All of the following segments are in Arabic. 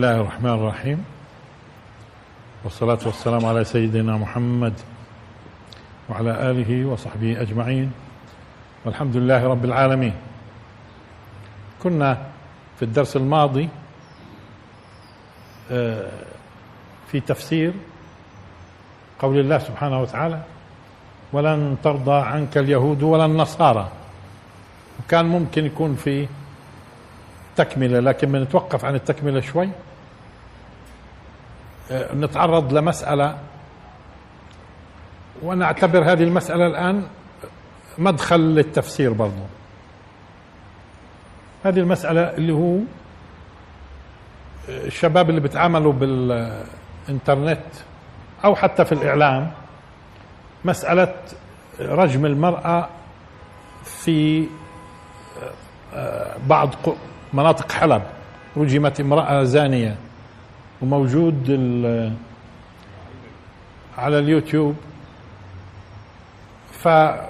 الله الرحمن الرحيم، والصلاة والسلام على سيدنا محمد وعلى آله وصحبه أجمعين، والحمد لله رب العالمين. كنا في الدرس الماضي في تفسير قول الله سبحانه وتعالى: ولن ترضى عنك اليهود ولا النصارى، وكان ممكن يكون في تكملة، لكن بنتوقف عن التكملة شوي. نتعرض لمسألة، وأنا أعتبر هذه المسألة الآن مدخل للتفسير برضو. هذه المسألة اللي هو الشباب اللي بيتعاملوا بالإنترنت أو حتى في الإعلام، مسألة رجم المرأة في بعض مناطق حلب. رجمت امرأة زانية، وموجود على اليوتيوب. فكثير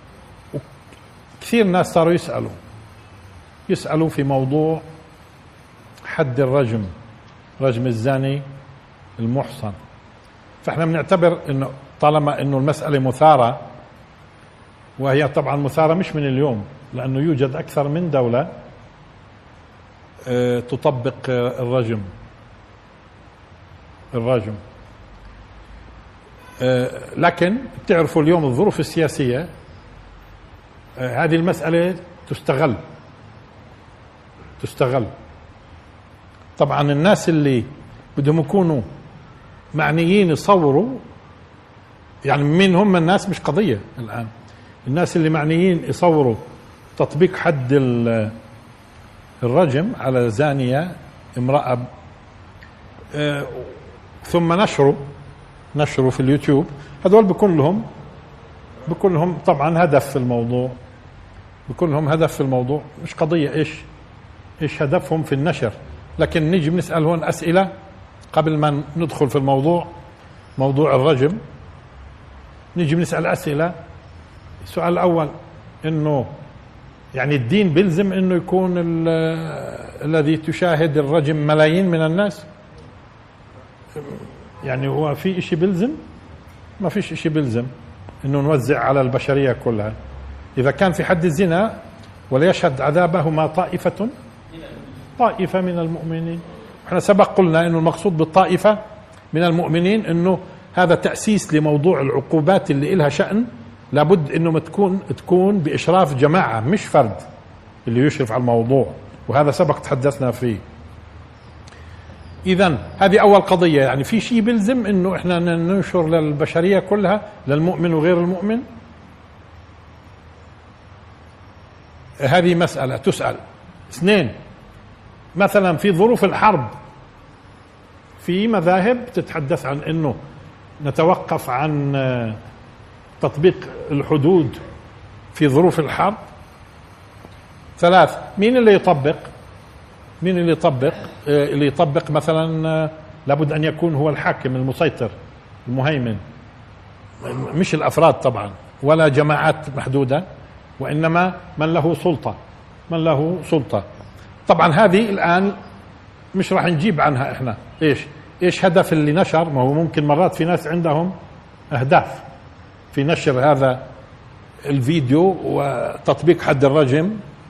ناس صاروا يسألوا في موضوع حد الرجم، رجم الزاني المحصن. فاحنا بنعتبر انه طالما انه المسألة مثارة، وهي طبعا مثارة مش من اليوم، لانه يوجد اكثر من دولة تطبق الرجم. لكن بتعرفوا اليوم الظروف السياسية، هذه المسألة تستغل. طبعا الناس اللي بدهم يكونوا معنيين يصوروا، يعني مين هم الناس؟ مش قضية الآن. الناس اللي معنيين يصوروا تطبيق حد الرجم على زانية امرأة، ثم نشروا في اليوتيوب، هذول بيكون لهم طبعا هدف في الموضوع. مش قضية ايش هدفهم في النشر، لكن نيجي بنسأل هون أسئلة قبل ما ندخل في موضوع الرجم. نيجي بنسأل أسئلة. السؤال الأول، إنه يعني الدين بيلزم إنه يكون الذي تشاهد الرجم ملايين من الناس؟ يعني هو في إشي بيلزم؟ ما فيش إشي بيلزم إنه نوزع على البشرية كلها. إذا كان في حد الزنا وليشهد عذابهما طائفة من المؤمنين. احنا سبق قلنا إنه المقصود بالطائفة من المؤمنين إنه هذا تأسيس لموضوع العقوبات اللي إلها شأن، لابد إنه تكون بإشراف جماعة، مش فرد اللي يشرف على الموضوع، وهذا سبق تحدثنا فيه. إذن هذه أول قضية، يعني في شيء بيلزم إنه إحنا ننشر للبشرية كلها، للمؤمن وغير المؤمن. هذه مسألة تسأل. 2، مثلا في ظروف الحرب في مذاهب تتحدث عن إنه نتوقف عن تطبيق الحدود في ظروف الحرب. 3، مين اللي يطبق مثلا لابد أن يكون هو الحاكم المسيطر المهيمن، مش الأفراد طبعا ولا جماعات محدودة، وإنما من له سلطة. طبعا هذه الآن مش راح نجيب عنها إحنا إيش هدف اللي نشر. ما هو ممكن مرات في ناس عندهم أهداف في نشر هذا الفيديو وتطبيق حد الرجم.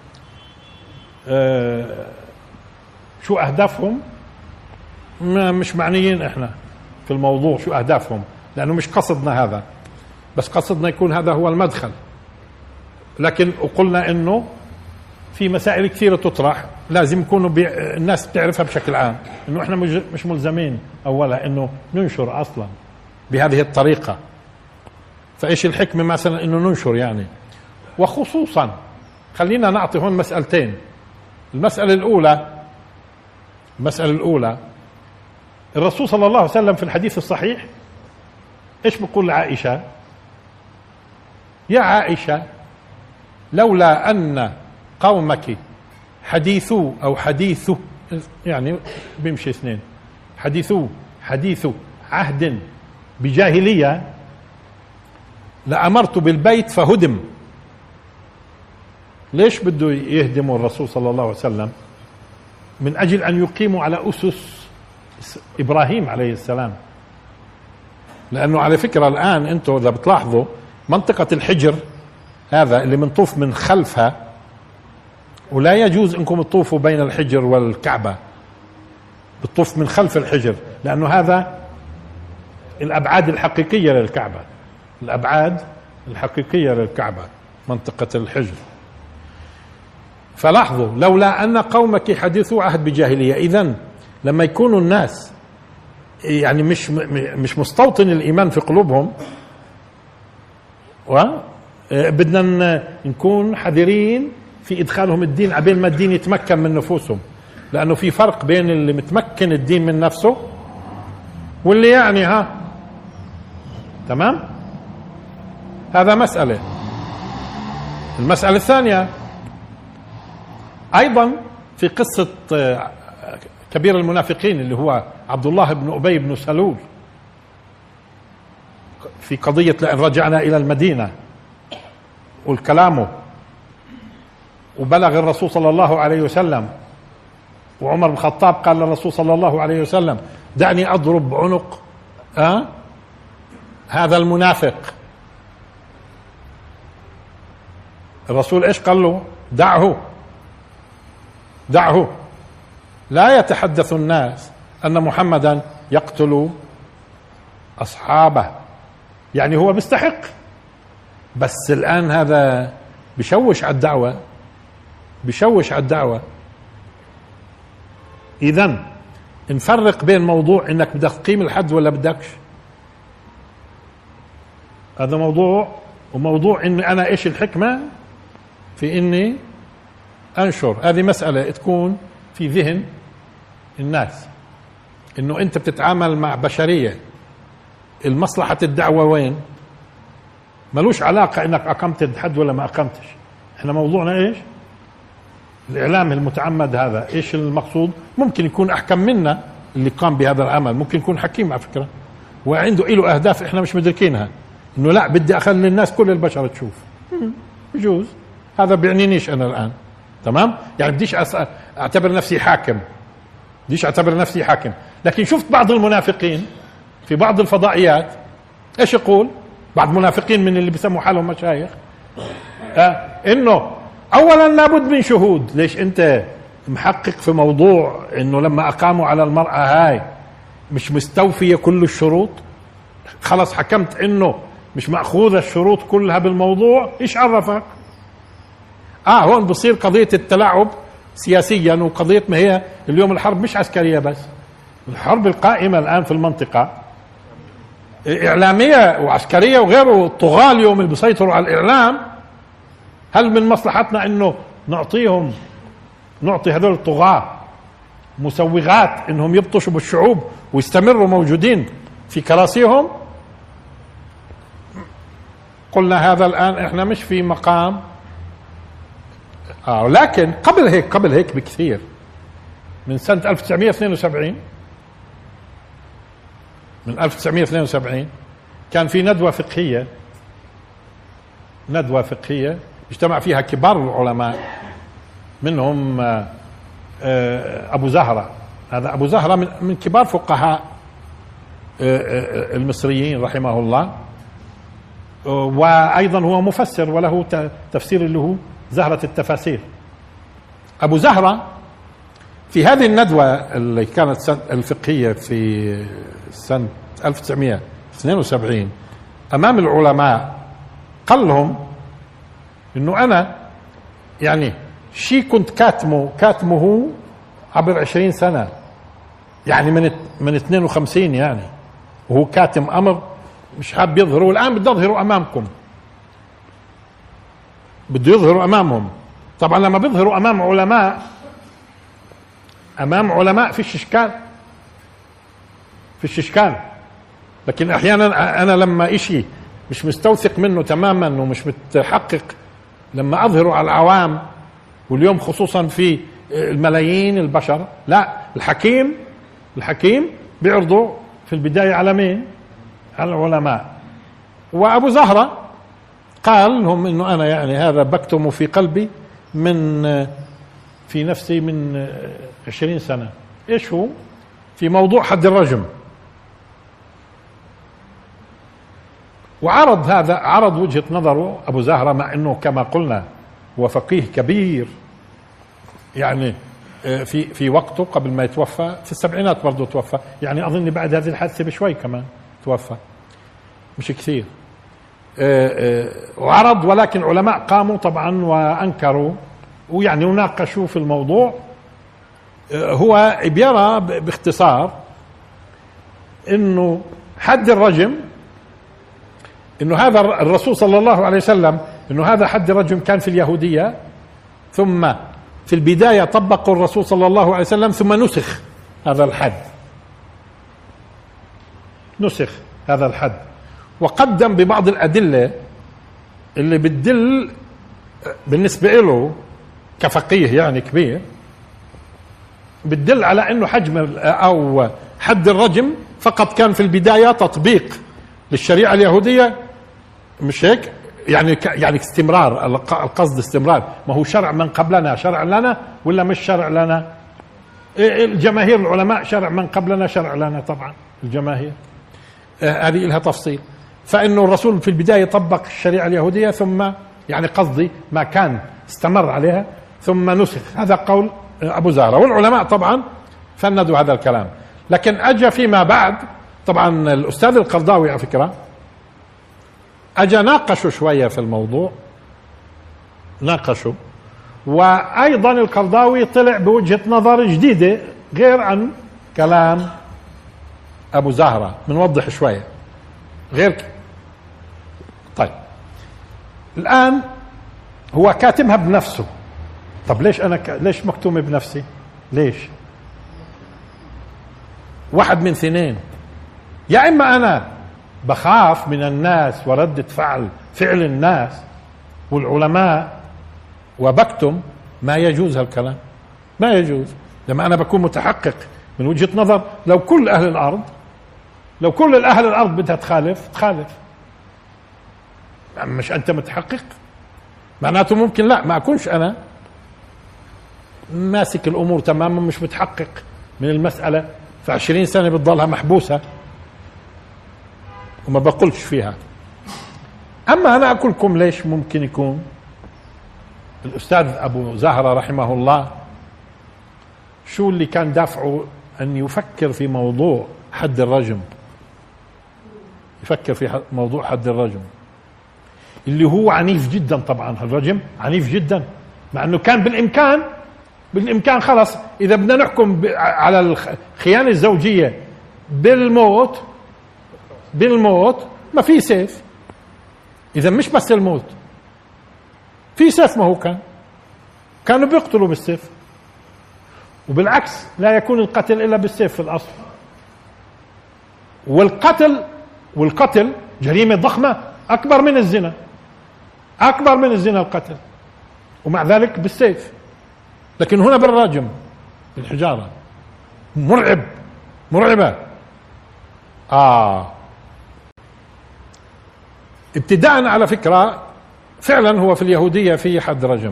شو أهدافهم؟ مش معنيين إحنا في الموضوع شو أهدافهم، لأنه مش قصدنا هذا، بس قصدنا يكون هذا هو المدخل. لكن وقلنا إنه في مسائل كثيرة تطرح لازم يكونوا الناس بتعرفها بشكل عام، إنه إحنا مش ملزمين أولا إنه ننشر أصلا بهذه الطريقة. فإيش الحكمة مثلا إنه ننشر يعني؟ وخصوصا خلينا نعطي هون مسألتين. المسألة الأولى، الرسول صلى الله عليه وسلم في الحديث الصحيح إيش بقول لعائشة؟ يا عائشة، لولا أن قومك حديثو أو حديثو، يعني بيمشي اثنين، حديث عهد بجاهلية، لأمرت بالبيت فهدم. ليش بده يهدموا الرسول صلى الله عليه وسلم؟ من أجل أن يقيموا على أسس إبراهيم عليه السلام. لأنه على فكرة الآن أنتم إذا بتلاحظوا منطقة الحجر هذا اللي منطوف من خلفها، ولا يجوز أنكم تطوفوا بين الحجر والكعبة، بتطوف من خلف الحجر، لأنه هذا الأبعاد الحقيقية للكعبة، الأبعاد الحقيقية للكعبة منطقة الحجر. فلاحظوا لولا أن قومك حديثوا عهد بجاهلية، إذن لما يكونوا الناس يعني مش مستوطن الإيمان في قلوبهم، بدنا نكون حذرين في إدخالهم الدين عبين ما الدين يتمكن من نفوسهم، لأنه في فرق بين اللي متمكن الدين من نفسه واللي يعني تمام. هذا مسألة. المسألة الثانية أيضا في قصة كبير المنافقين اللي هو عبد الله بن أبي بن سلول، في قضية لئن رجعنا إلى المدينة والكلام، وبلغ الرسول صلى الله عليه وسلم، وعمر بن الخطاب قال للرسول صلى الله عليه وسلم دعني أضرب عنق هذا المنافق. الرسول ايش قال له؟ دعه لا يتحدث الناس أن محمدا يقتل أصحابه، يعني هو بيستحق، بس الآن هذا بشوش على الدعوة. إذن نفرق بين موضوع إنك بدك تقيم الحد ولا بدكش، هذا موضوع، وموضوع إني أنا إيش الحكمة في إني أنشر. هذه مسألة تكون في ذهن الناس، إنه أنت بتتعامل مع بشرية، المصلحة الدعوة وين؟ ملوش علاقة إنك أقمت الحد ولا ما أقمتش. إحنا موضوعنا إيش؟ الإعلام المتعمد. هذا إيش المقصود؟ ممكن يكون أحكم منا اللي قام بهذا العمل، ممكن يكون حكيم على فكرة وعنده له أهداف إحنا مش مدركينها، إنه لا بدي أخلي الناس كل البشر تشوف. يجوز، هذا بيعنينيش أنا الآن، تمام؟ يعني بديش أعتبر نفسي حاكم، لكن شفت بعض المنافقين في بعض الفضائيات إيش يقول بعض منافقين من اللي بيسموا حالهم مشايخ، إنه أولا لابد من شهود. ليش أنت محقق في موضوع إنه لما أقاموا على المرأة هاي مش مستوفية كل الشروط، خلص حكمت إنه مش مأخوذة الشروط كلها بالموضوع، إيش عرفك؟ هون بصير قضية التلاعب سياسيا، وقضية ما هي اليوم الحرب مش عسكرية بس، الحرب القائمة الآن في المنطقة إعلامية وعسكرية وغيره. الطغاة اليوم اللي بيسيطروا على الإعلام، هل من مصلحتنا إنه نعطي هذول الطغاة مسوغات إنهم يبطشوا بالشعوب ويستمروا موجودين في كراسيهم؟ قلنا هذا الآن إحنا مش في مقام. لكن قبل هيك بكثير، من سنة 1972 كان في ندوة فقهية اجتمع فيها كبار العلماء، منهم أبو زهرة. هذا أبو زهرة من كبار فقهاء المصريين رحمه الله، وأيضا هو مفسر وله تفسير اللي هو زهرة التفاسير. أبو زهرة في هذه الندوة اللي كانت الفقهية في سنة 1972 أمام العلماء قال لهم إنه أنا يعني شيء كنت كاتمه عبر 20 سنة، يعني من 52 يعني، وهو كاتم أمر مش حاب يظهره، والآن بده يظهره أمامكم، بده يظهروا أمامهم. طبعا لما بيظهروا أمام علماء فيش إشكال، لكن أحيانا أنا لما إشي مش مستوثق منه تماما ومش متحقق لما أظهره على العوام، واليوم خصوصا في الملايين البشر، لا، الحكيم بيعرضوا في البداية على مين؟ على العلماء. وأبو زهرة قال لهم إنه أنا يعني هذا بكتم في قلبي في نفسي من 20 سنة. إيش هو؟ في موضوع حد الرجم، وعرض هذا، عرض وجهة نظره أبو زهرة، مع أنه كما قلنا هو فقيه كبير يعني في وقته قبل ما يتوفى، في السبعينات برضه توفى، يعني أظن بعد هذه الحادثة بشوي كمان توفى، مش كثير. وعرض، ولكن علماء قاموا طبعا وأنكروا ويعني وناقشوا في الموضوع. هو بيرى باختصار انه حد الرجم، انه هذا الرسول صلى الله عليه وسلم، انه هذا حد الرجم كان في اليهودية، ثم في البداية طبقوا الرسول صلى الله عليه وسلم، ثم نسخ هذا الحد، نسخ هذا الحد، وقدم ببعض الأدلة اللي بتدل بالنسبة له كفقيه يعني كبير، بتدل على انه حجم او حد الرجم فقط كان في البداية تطبيق للشريعة اليهودية، مش هيك؟ يعني استمرار، القصد استمرار، ما هو شرع من قبلنا شرع لنا ولا مش شرع لنا؟ الجماهير العلماء شرع من قبلنا شرع لنا، طبعا الجماهير هذه لها تفصيل. فإنه الرسول في البداية طبق الشريعة اليهودية، ثم يعني قصدي ما كان استمر عليها ثم نسخ. هذا قول أبو زهرة، والعلماء طبعا فندوا هذا الكلام. لكن أجى فيما بعد طبعا الأستاذ القرضاوي على فكرة أجى ناقشوا شوية في الموضوع، ناقشوا، وأيضا القرضاوي طلع بوجهة نظر جديدة غير عن كلام أبو زهرة، بنوضح شوية غير طيب الآن هو كاتبها بنفسه. طب ليش أنا ليش مكتومة بنفسي؟ ليش؟ واحد من اثنين، يا إما أنا بخاف من الناس وردة فعل الناس والعلماء وبكتم، ما يجوز هالكلام، ما يجوز. لما أنا بكون متحقق من وجهة نظر، لو كل أهل الأرض، لو كل الأهل الأرض بدها تخالف، مش أنت متحقق، معناته ممكن لا ما أكونش أنا ماسك الأمور تماما، مش متحقق من المسألة، ف20 سنة بتضلها محبوسة وما بقولش فيها. أما أنا أقول لكم ليش ممكن يكون الأستاذ أبو زهرة رحمه الله شو اللي كان دافعه أن يفكر في موضوع حد الرجم، يفكر في موضوع حد الرجم اللي هو عنيف جدا. طبعا الرجم عنيف جدا، مع أنه كان بالإمكان خلص إذا بدنا نحكم على الخيانة الزوجية بالموت ما في سيف، إذا مش بس الموت، في سيف، ما هو كانوا بيقتلوا بالسيف، وبالعكس لا يكون القتل إلا بالسيف في الأصل. والقتل جريمة ضخمة أكبر من الزنا، القتل، ومع ذلك بالسيف. لكن هنا بالرجم بالحجارة، مرعبة. ابتداء على فكرة فعلا هو في اليهودية في حد رجم،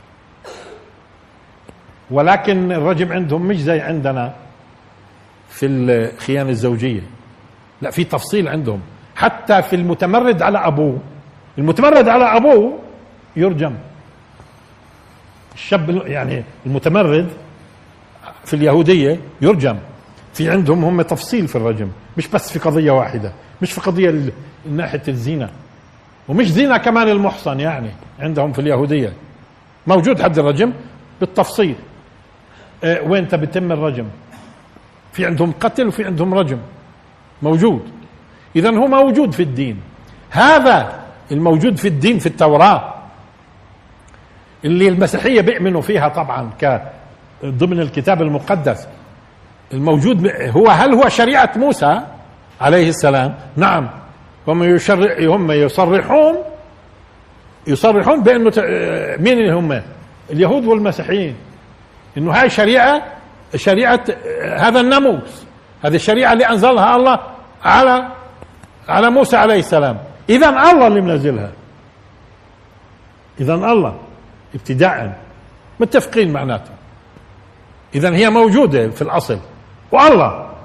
ولكن الرجم عندهم مش زي عندنا في الخيانة الزوجية، لا في تفصيل عندهم. حتى في المتمرد على أبوه يرجم. الشاب يعني المتمرد في اليهودية يرجم. في عندهم هم تفصيل في الرجم، مش بس في قضية واحدة، مش في قضية من ناحية الزنا، ومش زنا كمان المحصن، يعني عندهم في اليهودية موجود حد الرجم بالتفصيل. وين بيتم الرجم؟ في عندهم قتل وفي عندهم رجم موجود. إذن هو موجود في الدين، هذا الموجود في الدين في التوراة اللي المسيحية بيؤمنوا فيها طبعا ضمن الكتاب المقدس الموجود. هل هو شريعة موسى عليه السلام؟ نعم. هم يصرحون بأنه مين اللي هم؟ اليهود والمسيحيين، إنه هاي شريعة هذا الناموس، هذه الشريعة اللي أنزلها الله على موسى عليه السلام. إذن الله اللي منزلها، إذن الله ابتداء متفقين معناته. إذن هي موجودة في الأصل، والله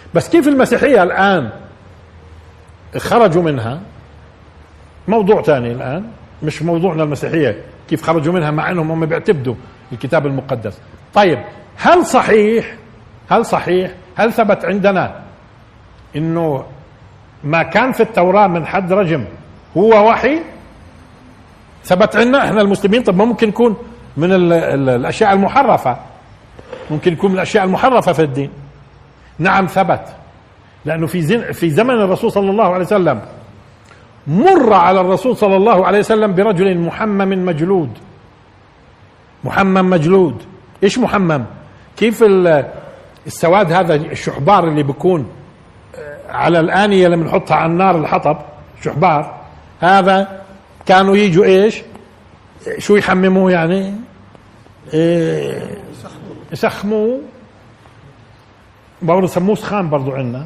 بس كيف المسيحية الآن خرجوا منها موضوع ثاني، الآن مش موضوعنا المسيحية كيف خرجوا منها مع أنهم هم بيعتبدوا الكتاب المقدس. طيب هل ثبت عندنا إنه ما كان في التوراة من حد رجم هو وحي؟ ثبت عندنا احنا المسلمين. طب ما ممكن يكون من الأشياء المحرفة، ممكن يكون من الأشياء المحرفة في الدين. نعم ثبت، لأنه في زمن الرسول صلى الله عليه وسلم مر على الرسول صلى الله عليه وسلم برجل محمم مجلود. محمم مجلود، ايش محمم؟ كيف السواد هذا الشحبار اللي بيكون على الآنية لما نحطها على النار الحطب شحبار هذا، كانوا يجوا ايش شو يحمموه يعني يسخموه، برضه سموه سخان برضه عندنا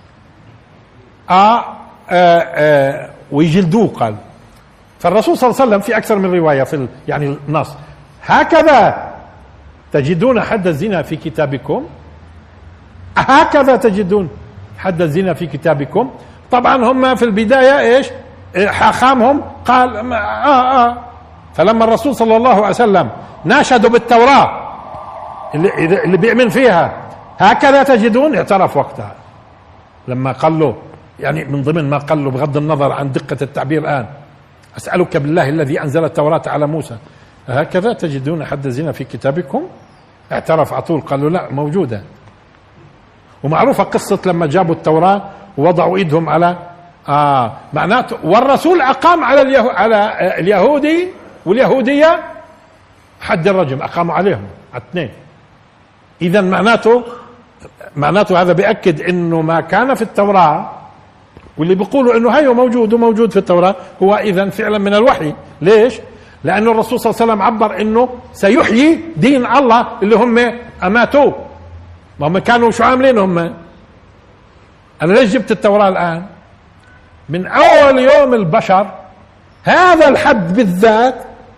ويجلدوه. قال فالرسول صلى الله عليه وسلم في أكثر من رواية في يعني النص هكذا تجدون حد الزنا في كتابكم، هكذا تجدون حد الزنا في كتابكم. طبعا هم في البداية ايش حاخامهم قال فلما الرسول صلى الله عليه وسلم ناشدوا بالتوراة اللي بيؤمن فيها هكذا تجدون، اعترف وقتها لما قال له، يعني من ضمن ما قال له بغض النظر عن دقة التعبير الآن، أسألك بالله الذي أنزل التوراة على موسى هكذا تجدون حد الزنا في كتابكم. اعترف على طول، قال له لا موجودة. ومعروفة قصة لما جابوا التوراة ووضعوا ايدهم على معناته، والرسول أقام على اليهودي واليهودية حد الرجم، أقاموا عليهم على الاثنين. إذا معناته هذا بيأكد إنه ما كان في التوراة واللي بيقولوا إنه هيو موجود في التوراة هو إذا فعلا من الوحي. ليش؟ لأنه الرسول صلى الله عليه وسلم عبر إنه سيحيي دين الله اللي هم أماتوه. ما هم كانوا شو عاملين هم؟ أنا ليش جبت التوراة الآن؟ من أول يوم البشر هذا الحد بالذات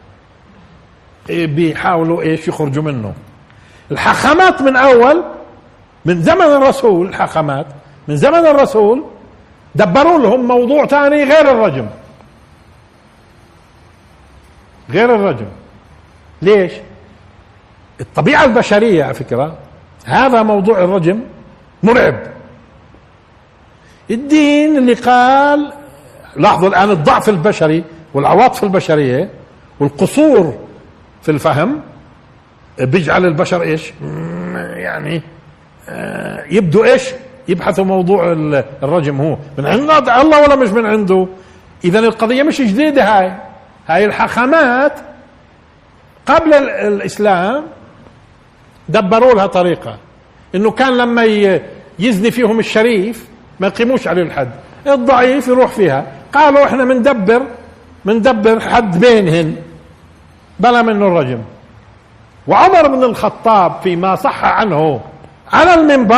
بيحاولوا إيش يخرجوا منه. الحاخامات من زمن الرسول، الحاخامات من زمن الرسول دبروا لهم موضوع ثاني غير الرجم. ليش؟ الطبيعة البشرية على فكرة هذا موضوع الرجم مرعب. الدين اللي قال، لاحظوا الآن الضعف البشري والعواطف البشرية والقصور في الفهم بيجعل البشر ايش يعني يبدو ايش يبحثوا موضوع الرجم هو من عند الله ولا مش من عنده. اذا القضية مش جديدة، هاي الحاخامات قبل الاسلام دبروا لها طريقة انه كان لما يزني فيهم الشريف ما يقيموش عليه الحد، الضعيف يروح فيها. قالوا احنا مندبر حد بينهن بلا منه الرجم. وعمر بن الخطاب فيما صح عنه على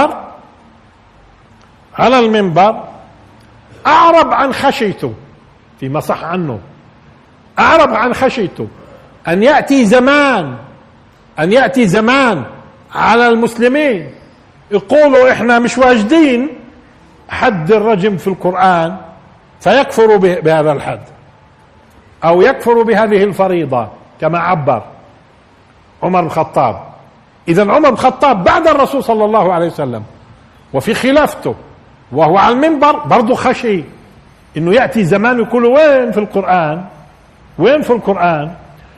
المنبر أعرب عن خشيته، فيما صح عنه أعرب عن خشيته أن يأتي زمان على المسلمين يقولوا إحنا مش واجدين حد الرجم في القرآن فيكفروا بهذا الحد أو يكفروا بهذه الفريضة كما عبر عمر بن الخطاب. إذن عمر بن الخطاب بعد الرسول صلى الله عليه وسلم وفي خلافته وهو على المنبر برضو خشي إنه يأتي زمان يقولوا وين في القرآن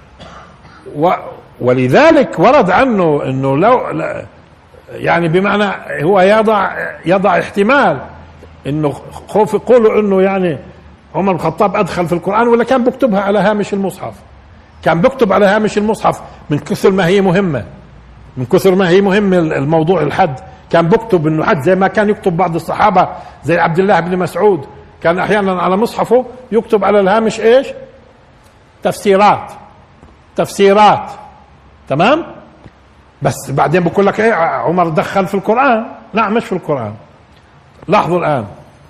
ولذلك ورد عنه إنه لو يعني بمعنى هو يضع احتمال إنه خوف يقولوا إنه يعني عمر بن الخطاب أدخل في القرآن ولا كان بكتبها على هامش المصحف. كان بكتب على هامش المصحف من كثر ما هي مهمة الموضوع الحد. كان بكتب انه حد زي ما كان يكتب بعض الصحابة زي عبد الله بن مسعود، كان احيانا على مصحفه يكتب على الهامش ايش تفسيرات تمام. بس بعدين بقول لك ايه عمر دخل في القرآن. نعم مش في القرآن. لاحظوا الآن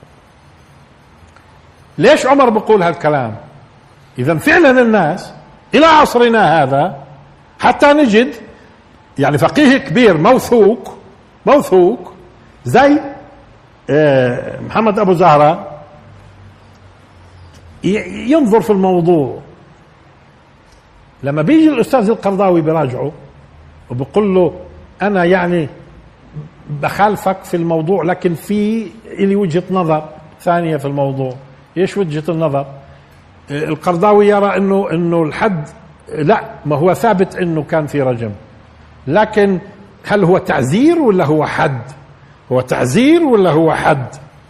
ليش عمر بيقول هالكلام. اذا فعلا الناس الى عصرنا هذا حتى نجد يعني فقيه كبير موثوق زي محمد أبو زهرة ينظر في الموضوع. لما بيجي الأستاذ القرضاوي براجعه وبقول له أنا يعني بخالفك في الموضوع، لكن في إلي وجهة نظر ثانية في الموضوع. إيش وجهة النظر؟ القرضاوي يرى إنه الحد لا، ما هو ثابت إنه كان في رجم، لكن هل هو تعزير ولا هو حد؟ هو تعزير ولا هو حد؟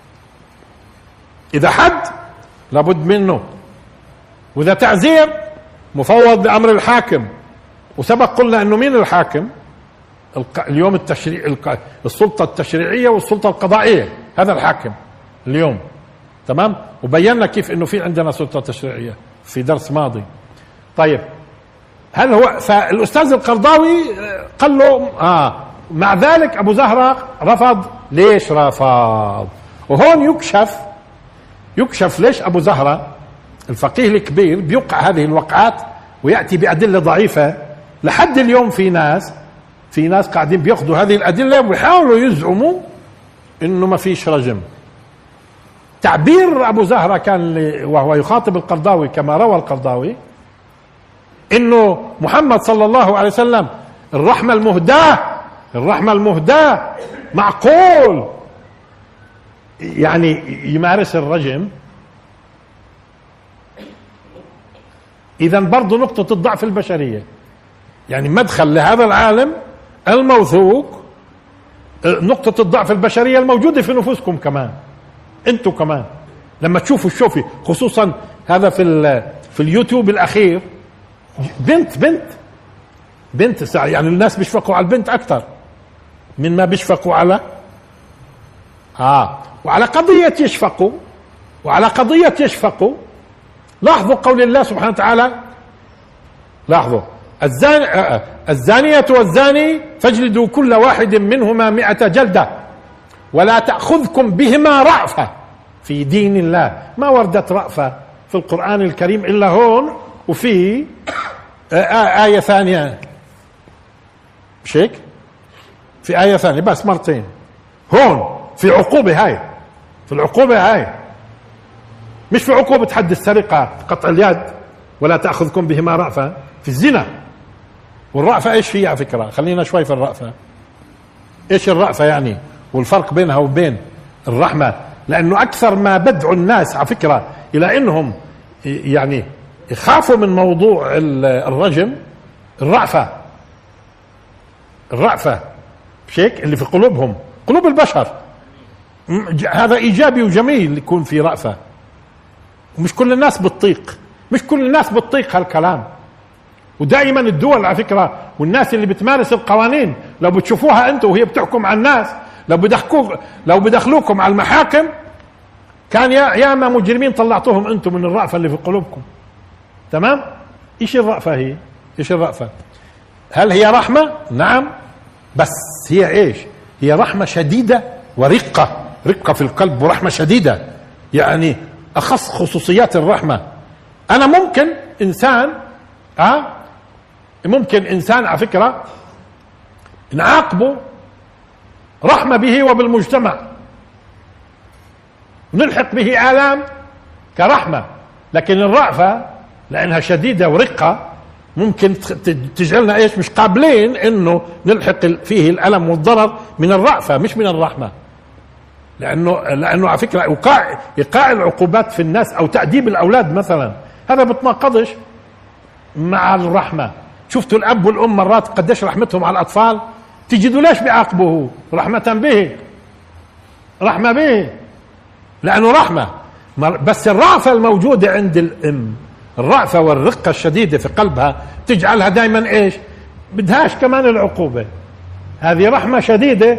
إذا حد لابد منه، وإذا تعزير مفوض لأمر الحاكم. وسبق قلنا إنه مين الحاكم اليوم؟ السلطة التشريعية والسلطة القضائية، هذا الحاكم اليوم. تمام. وبينا كيف إنه في عندنا سلطة تشريعية في درس ماضي. طيب، هل هو فالأستاذ القرضاوي قال له مع ذلك أبو زهرة رفض. ليش رفض؟ وهون يكشف ليش أبو زهرة الفقيه الكبير بيوقع هذه الوقعات ويأتي بأدلة ضعيفة. لحد اليوم في ناس قاعدين بياخذوا هذه الأدلة ويحاولوا يزعموا إنه ما فيش رجم. تعبير أبو زهرة كان وهو يخاطب القرضاوي كما روى القرضاوي إنه محمد صلى الله عليه وسلم الرحمة المهداة معقول يعني يمارس الرجم. إذن برضو نقطة الضعف البشرية، يعني مدخل لهذا العالم الموثوق نقطة الضعف البشرية الموجودة في نفوسكم كمان، انتم كمان. لما تشوفوا خصوصا هذا في اليوتيوب الأخير، بنت يعني الناس بيشفقوا على البنت أكثر من ما بيشفقوا على وعلى قضية يشفقوا. لاحظوا قول الله سبحانه وتعالى، لاحظوا الزانية والزاني فاجلدوا كل واحد منهما 100 جلدة ولا تأخذكم بهما رأفة في دين الله. ما وردت رأفة في القرآن الكريم إلا هون وفي آية ثانية، مش هيك؟ في آية ثانية بس مرتين هون في العقوبة هاي، مش في عقوبة حد السرقة قطع اليد ولا تأخذكم بهما رأفة في الزنا. والرأفة ايش فيها على فكرة؟ خلينا شوي في الرأفة. ايش الرأفة يعني والفرق بينها وبين الرحمة؟ لأنه أكثر ما بدعو الناس على فكرة إلى أنهم يعني يخافوا من موضوع الرجم الرأفة مش هيك؟ اللي في قلوبهم، قلوب البشر، هذا إيجابي وجميل يكون في رأفة. ومش كل الناس بتطيق هالكلام. ودائما الدول على فكرة والناس اللي بتمارس القوانين لو بتشوفوها انتم وهي بتحكم على الناس، لو بدخلوكم على المحاكم كان ياما مجرمين طلعتوهم انتم من الرأفة اللي في قلوبكم. تمام. ايش الرأفة هي؟ ايش الرأفة؟ هل هي رحمة؟ نعم، بس هي ايش؟ هي رحمة شديدة ورقة في القلب ورحمة شديدة، يعني أخص خصوصيات الرحمة. أنا ممكن إنسان على فكرة نعاقبه رحمة به وبالمجتمع ونلحق به آلام كرحمة، لكن الرأفة لأنها شديدة ورقة ممكن تجعلنا إيش؟ مش قابلين إنه نلحق فيه الألم والضرر من الرأفة مش من الرحمة. لأنه على فكرة إيقاع العقوبات في الناس أو تأديب الأولاد مثلا هذا بتناقضش مع الرحمة. شفتوا الأب والأم مرات قديش رحمتهم على الأطفال، تجدوا ليش بيعاقبوه؟ رحمة به لأنه رحمة. بس الرأفة الموجودة عند الأم، الرأفة والرقة الشديدة في قلبها تجعلها دائما إيش؟ بدهاش كمان العقوبة. هذه رحمة شديدة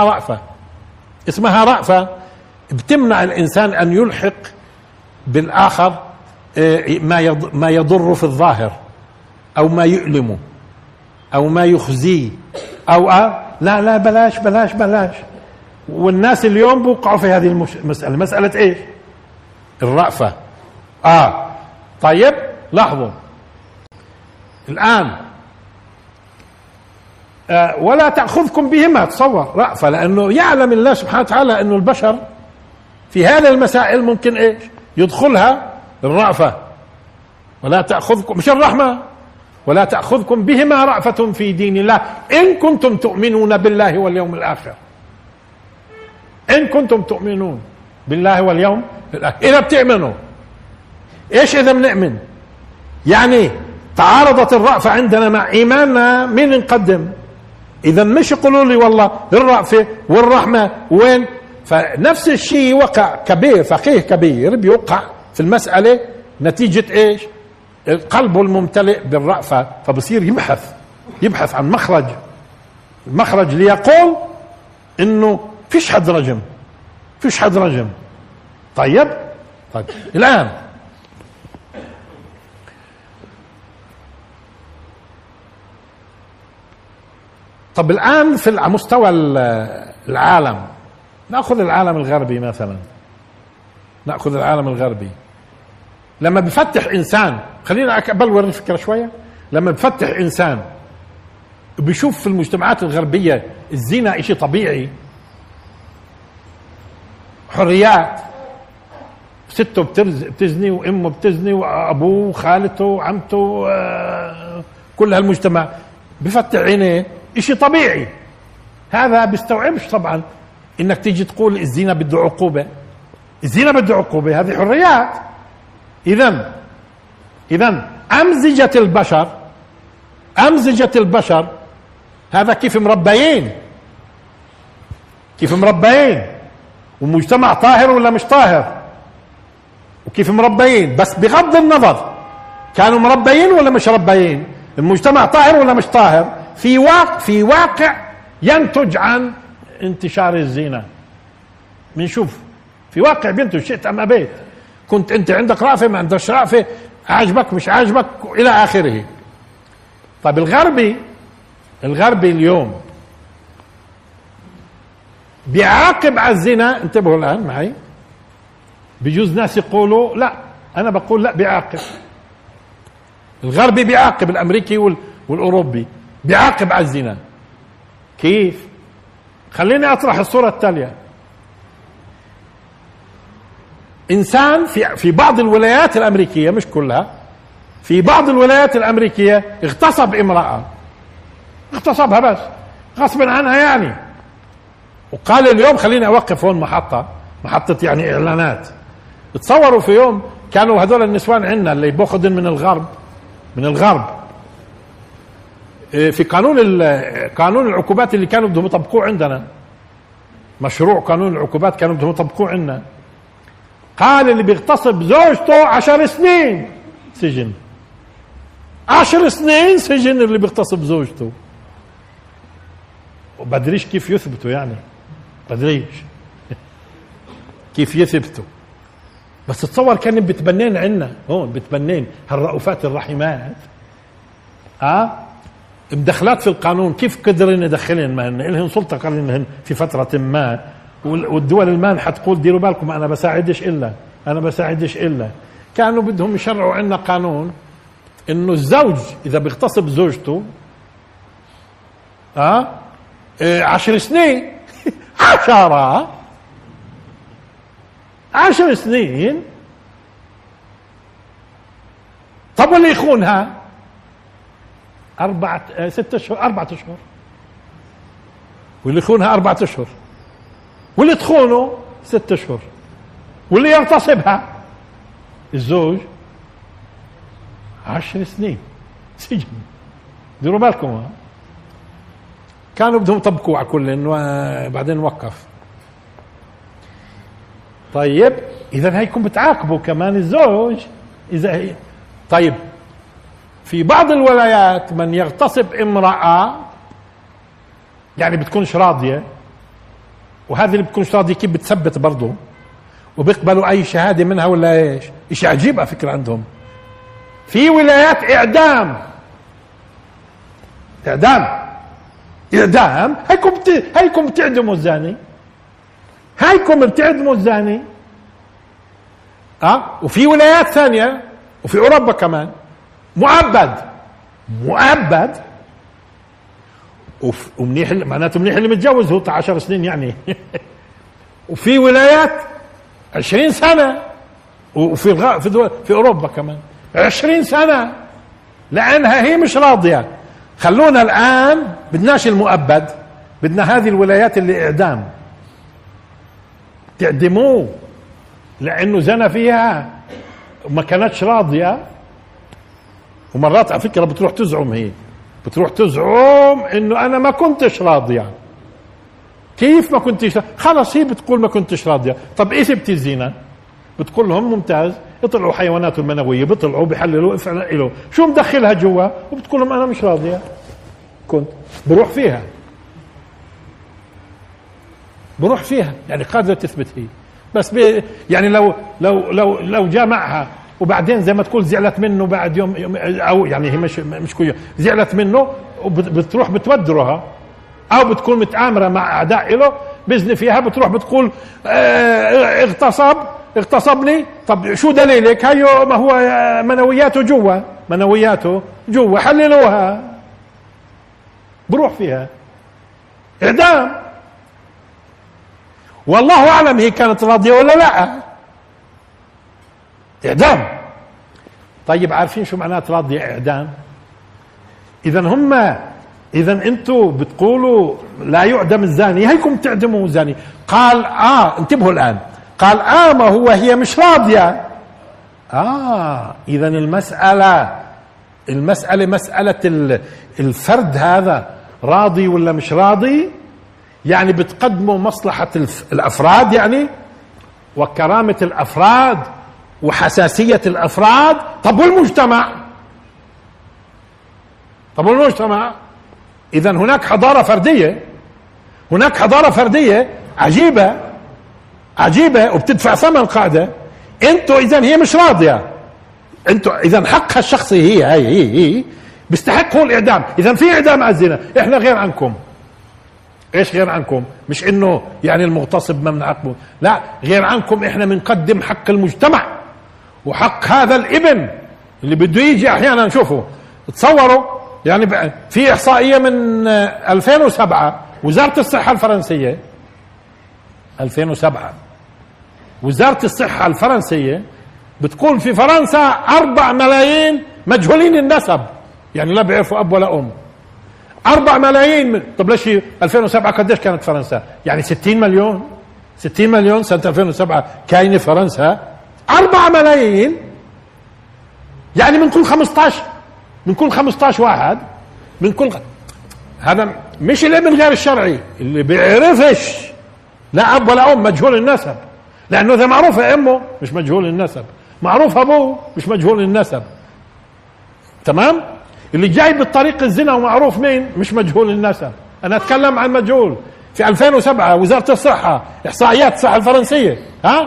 اسمها رأفة بتمنع الإنسان أن يلحق بالآخر ما يضر في الظاهر أو ما يؤلمه أو ما يخزيه أو لا بلاش. والناس اليوم بوقعوا في هذه المسألة، مسألة إيش؟ الرأفة. طيب لاحظوا الآن ولا تأخذكم بهما، تصور رأفة، لأنه يعلم الله سبحانه وتعالى أنه البشر في هذه المسائل ممكن إيش يدخلها الرأفة. ولا تأخذكم، مش الرحمة، ولا تأخذكم بهما رأفة في دين الله إن كنتم تؤمنون بالله واليوم الآخر. إن كنتم تؤمنون بالله واليوم الآخر، إذا بتؤمنوا إيش إذا بنؤمن؟ يعني تعارضت الرأفة عندنا مع إيماننا، مين نقدم؟ إذا مش يقولوا لي والله الرأفة والرحمة وين؟ فنفس الشيء وقع كبير، فقيه كبير بيوقع في المسألة نتيجة إيش؟ قلبه الممتلئ بالرأفة، فبصير يبحث عن المخرج ليقول إنه فيش حد رجم. طيب الآن الآن في مستوى العالم، نأخذ العالم الغربي مثلا، لما بفتح إنسان، خلينا أبلور الفكرة شوية، لما بفتح إنسان بيشوف في المجتمعات الغربية الزنا إشي طبيعي، حريات، سته بتزني وامه بتزني وابوه وخالته وعمته، كل هالمجتمع بفتح عينيه اشي طبيعي. هذا بيستوعبش طبعا انك تيجي تقول الزنا بده عقوبة، هذه حريات. اذا امزجة البشر هذا كيف مربيين، ومجتمع طاهر ولا مش طاهر، وكيف مربيين، بس بغض النظر كانوا مربيين ولا مش مربيين، المجتمع طاهر ولا مش طاهر، في واقع ينتج عن انتشار الزنا. بنشوف في واقع بينتج، شئت ام ابيت، كنت انت عندك رأفة ما عندكش رأفة، عاجبك مش عاجبك الى اخره. طيب الغربي اليوم بيعاقب على الزنا. انتبهوا الآن معي، بيجوز ناس يقولوا لا، أنا بقول لا، بيعاقب. الغربي بيعاقب، الأمريكي والأوروبي بيعاقب على الزنا. كيف؟ خليني أطرح الصورة التالية. إنسان في بعض الولايات الأمريكية، مش كلها، في بعض الولايات الأمريكية اغتصب امرأة، اغتصبها بس غصبا عنها يعني، وقال اليوم خليني أوقف هون محطة يعني إعلانات. تصوروا في يوم كانوا هذول النسوان عندنا اللي بأخذن من الغرب في قانون العقوبات اللي كانوا بدهم يطبقوه عندنا، مشروع قانون العقوبات كانوا بدهم يطبقوه عندنا. قال اللي بيغتصب زوجته 10 سنين سجن، 10 سنين سجن اللي بيغتصب زوجته. وبدريش كيف يثبتوا، يعني بدريش كيف يثبتوا. بس تصور كان بتبنين عنا هون، بتبنين هالرؤوفات الرحيمات مدخلات في القانون. كيف قدرن يدخلن؟ ما لهن سلطة، قال لهن في فترة ما، والدول المانحة تقول ديروا بالكم أنا بساعدش إلا كانوا بدهم يشرعوا عنا قانون إنه الزوج إذا بيغتصب زوجته 10 سنين 10 سنين. طب واللي يخونها 4 أشهر، واللي يخونها 4 أشهر، واللي تخونه 6 أشهر، واللي يغتصبها الزوج 10 سنين سجن. ديروا بالكم، كانوا بدهم يطبقوا على كل، انه بعدين وقف. طيب اذا هيكم بتعاقبوا كمان الزوج اذا هي. طيب في بعض الولايات من يغتصب امرأة يعني بتكونش راضية، وهذه اللي بتكونش راضية كيف بتثبت برضه، وبيقبلوا اي شهادة منها ولا ايش؟ اشي عجيب على فكرة عندهم. في ولايات اعدام. هيكم بتعدموا الزاني، وفي ولايات ثانية وفي اوروبا كمان مؤبد، ومنيح معناته منيح اللي متجوز هو 10 سنين يعني وفي ولايات 20 سنة، وفي في أوروبا كمان 20 سنة، لأنها هي مش راضية. خلونا الآن بدناش المؤبد، بدنا هذه الولايات اللي إعدام، تعدموه لأنه زنى فيها وما كانتش راضية. ومرات على فكرة بتروح تزعم، هي بتروح تزعم إنه أنا ما كنتش راضية. كيف ما كنتش؟ خلص هي بتقول ما كنتش راضية. طب إيه سبتي الزنا؟ بتقول لهم ممتاز، يطلعوا حيوانات المنوية، بيطلعوا بيحللوا افعلوا شو مدخلها جوا، وبتقول لهم أنا مش راضية كنت. بروح فيها يعني قادرة تثبت هي، بس يعني لو جامعها وبعدين زي ما تقول زعلت منه بعد يوم او يعني هي مش كل يوم زعلت منه، وبتروح بتودرها او بتكون متآمرة مع اعداء له بزني فيها، بتروح بتقول اغتصبني. طب شو دليلك؟ هيو ما هو منوياته جوا حللوها. بروح فيها اعدام. والله اعلم هي كانت راضيه ولا لا. اعدام. طيب عارفين شو معنات راضيه اعدام؟ اذا انتوا بتقولوا لا يعدم الزاني، هيكم تعدموا الزاني. قال انتبهوا الان، قال ما هو هي مش راضيه. اذا المسألة مسألة الفرد هذا راضي ولا مش راضي، يعني بتقدموا مصلحة الأفراد يعني وكرامة الأفراد وحساسية الأفراد. طب والمجتمع؟ إذا هناك حضارة فردية عجيبة وبتدفع ثمن قاعدة. انتوا إذا هي مش راضية، انتوا إذا حقها الشخصي هي بيستحق هو الإعدام. إذا في إعدام على الزنا، إحنا غير عنكم. إيش غير عنكم؟ مش إنه يعني المغتصب ما بنعاقبه، لا، غير عنكم إحنا بنقدم حق المجتمع وحق هذا الابن اللي بده يجي. أحيانا نشوفه، تصوروا يعني في إحصائية من 2007 وزارة الصحة الفرنسية، 2007 وزارة الصحة الفرنسية بتقول في فرنسا 4 ملايين مجهولين النسب، يعني لا بيعرفوا أب ولا أم. 4 ملايين. طب ليش 2007 قديش كانت فرنسا؟ يعني 60 مليون سنة 2007 كاينة فرنسا 4 ملايين، يعني من كل 15 واحد هذا مش الابن غير الشرعي اللي بيعرفش لا أب ولا أم، مجهول النسب. لأنه إذا معروفة أمه مش مجهول النسب، معروف أبوه مش مجهول النسب. تمام؟ اللي جاي بالطريق الزنا ومعروف مين مش مجهول النسب. أنا أتكلم عن مجهول. في 2007 وزارة الصحة إحصائيات الصحة الفرنسية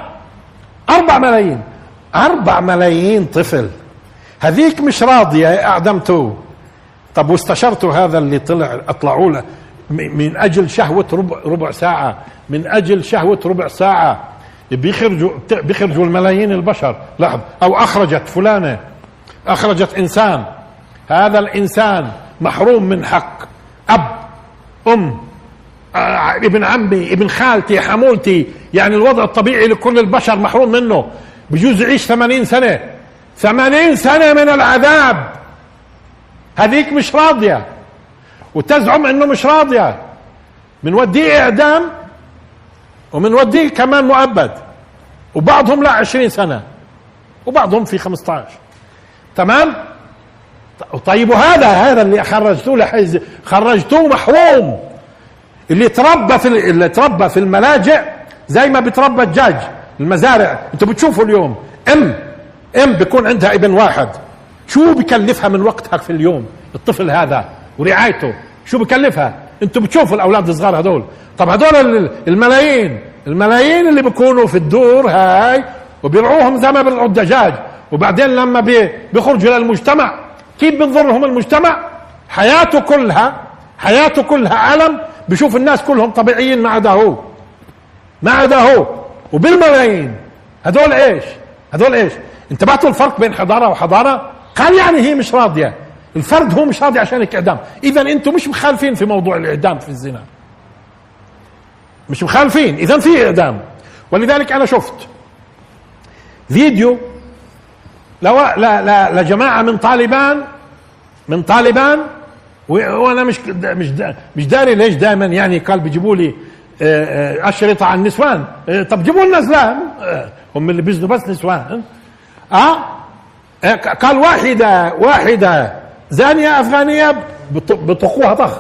4 ملايين طفل. هذيك مش راضية، أعدمتوه. طب واستشرتوا هذا اللي أطلعوا له من أجل شهوة ربع ساعة، من أجل شهوة ربع ساعة بيخرجوا الملايين البشر. لاحظ، أو أخرجت فلانة، أخرجت إنسان، هذا الإنسان محروم من حق أب، أم، ابن عمي، ابن خالتي، حمولتي، يعني الوضع الطبيعي لكل البشر محروم منه. بجوز يعيش 80 سنة من العذاب. هذيك مش راضية وتزعم انه مش راضية. بنوديه اعدام وبنوديه كمان مؤبد، وبعضهم لا 20 سنة وبعضهم في 15. تمام؟ طيب وهذا اللي خرجتوه لحيز، خرجتوه محروم. اللي تربى في الملاجئ زي ما بتربى الدجاج المزارع. انتوا بتشوفوا اليوم ام بيكون عندها ابن واحد، شو بكلفها من وقتها في اليوم الطفل هذا ورعايته؟ شو بكلفها؟ انتوا بتشوفوا الاولاد الصغار هذول. طب هذول الملايين اللي بيكونوا في الدور هاي وبيرعوهم زي ما بيرعوا الدجاج، وبعدين لما بيخرجوا للمجتمع كيف بنضرهم المجتمع؟ حياته كلها ألم. بشوف الناس كلهم طبيعيين ما عدا هو وبالملايين. هذول ايش؟ انتبهتوا الفرق بين حضارة وحضارة؟ قال يعني هي مش راضية، الفرد هو مش راضي عشان هيك اعدام. اذا انتم مش مخالفين في موضوع الاعدام في الزنا، مش مخالفين، اذا في اعدام. ولذلك انا شفت فيديو لجماعه من طالبان وانا مش داري ليش دائما يعني قال بيجيبوا لي اشرطه عن النسوان. طب جيبوا لنا زلام، هم اللي بيزنوا بس نسوان. قال واحده زانيه افغانيه بطخوها طخ،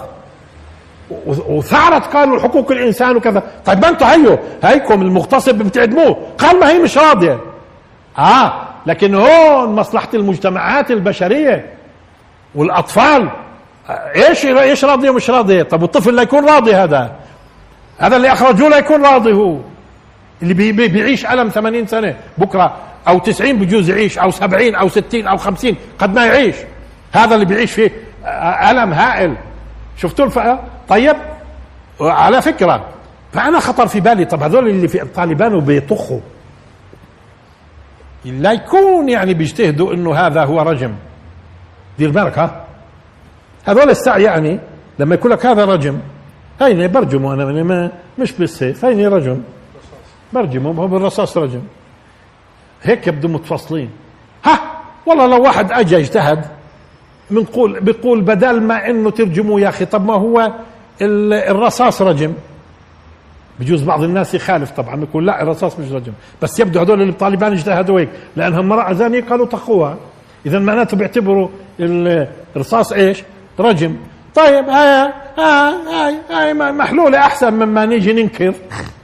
وثارت قالوا حقوق الانسان وكذا. طيب ما انتم هيكم المغتصب بتعدموه. قال ما هي مش راضيه. لكن هون مصلحه المجتمعات البشريه والاطفال ايش راضيه ومش راضيه. طب والطفل لا يكون راضي، هذا اللي اخرجوه لا يكون راضي، هو اللي بيعيش الم 80 سنه بكره او 90 بجوز يعيش، او 70 او 60 او 50 قد ما يعيش. هذا اللي بيعيش فيه الم هائل. شفتوا الفئة؟ طيب على فكره فانا خطر في بالي، طب هذول اللي في الطالبان وبيطخوا لا يكون يعني بيجتهدوا انه هذا هو رجم. دير بالك، هذول الساعة يعني لما يقول لك هذا رجم، هيني برجمه انا مش بالسيف، هيني رجم برجمه، هو بالرصاص رجم. هيك يبدو متفصلين. والله لو واحد اجى اجتهد بيقول بدل ما انه ترجموه يا اخي، طب ما هو الرصاص رجم. بجوز بعض الناس يخالف طبعا، يقول لا الرصاص مش رجم، بس يبدو هذول اللي طالبان اجتهدوا هيك لانها امرأة زانية قالوا طخوها، اذا معناته بيعتبروا الرصاص ايش؟ رجم. طيب هاي محلولة احسن مما نيجي ننكر،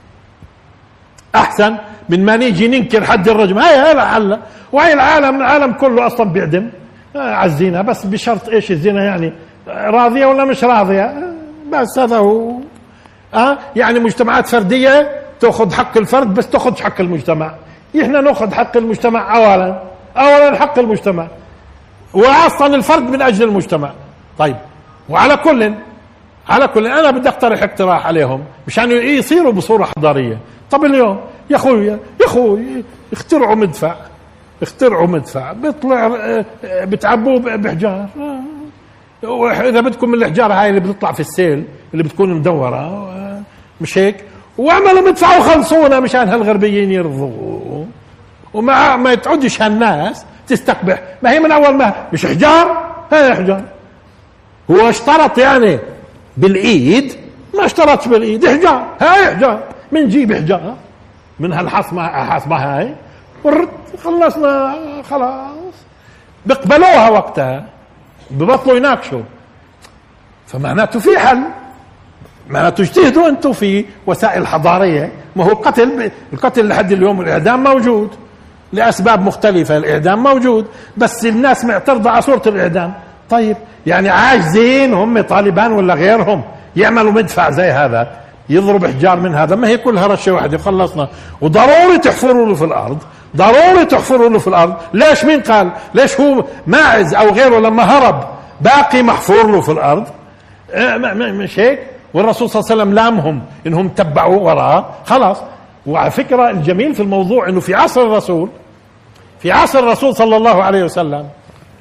احسن من ما نيجي ننكر حد الرجم. هاي لعل، وهي العالم كله اصلا بيعدم على الزنا، بس بشرط ايش الزنا يعني راضية ولا مش راضية، بس هذا هو. يعني مجتمعات فردية تأخذ حق الفرد بس تأخذ حق المجتمع. احنا نأخذ حق المجتمع اولا حق المجتمع، واصلا الفرد من اجل المجتمع. طيب وعلى كل انا بدي اقترح اقتراح عليهم مشان يصيروا بصورة حضارية. طب اليوم يا اخوي اخترعوا مدفع بيطلع بتعبوه بحجار، واذا بدكم من الحجارة هاي اللي بتطلع في السيل اللي بتكون مدورة، مش هيك؟ واعملوا مدفع وخلصونا مشان هالغربيين يرضوا، وما ما تعودش هالناس تستقبح. ما هي من اول ما مش حجار، هاي حجار. هو اشترط يعني بالايد؟ ما اشترطش بالايد، حجار، هاي حجار. منجيب حجار من هالحصمة هاي خلصنا خلاص. بيقبلوها وقتها، ببطلوا يناقشوا. فمعناته في حل، معناته اجتهدوا انتم في وسائل حضارية. ما هو القتل لحد اليوم الاعدام موجود لاسباب مختلفة، الاعدام موجود بس الناس معترضة على صورة الاعدام. طيب يعني عاجزين هم طالبان ولا غيرهم يعملوا مدفع زي هذا يضرب حجار من هذا؟ ما هي كلها رشة واحدة خلصنا. وضروري تحفروا له في الارض، ليش؟ مين قال؟ ليش هو ماعز او غيره لما هرب باقي محفور له في الارض؟ مش هيك؟ والرسول صلى الله عليه وسلم لامهم انهم تبعوا وراه خلاص. وعلى فكرة الجميل في الموضوع انه في عصر الرسول صلى الله عليه وسلم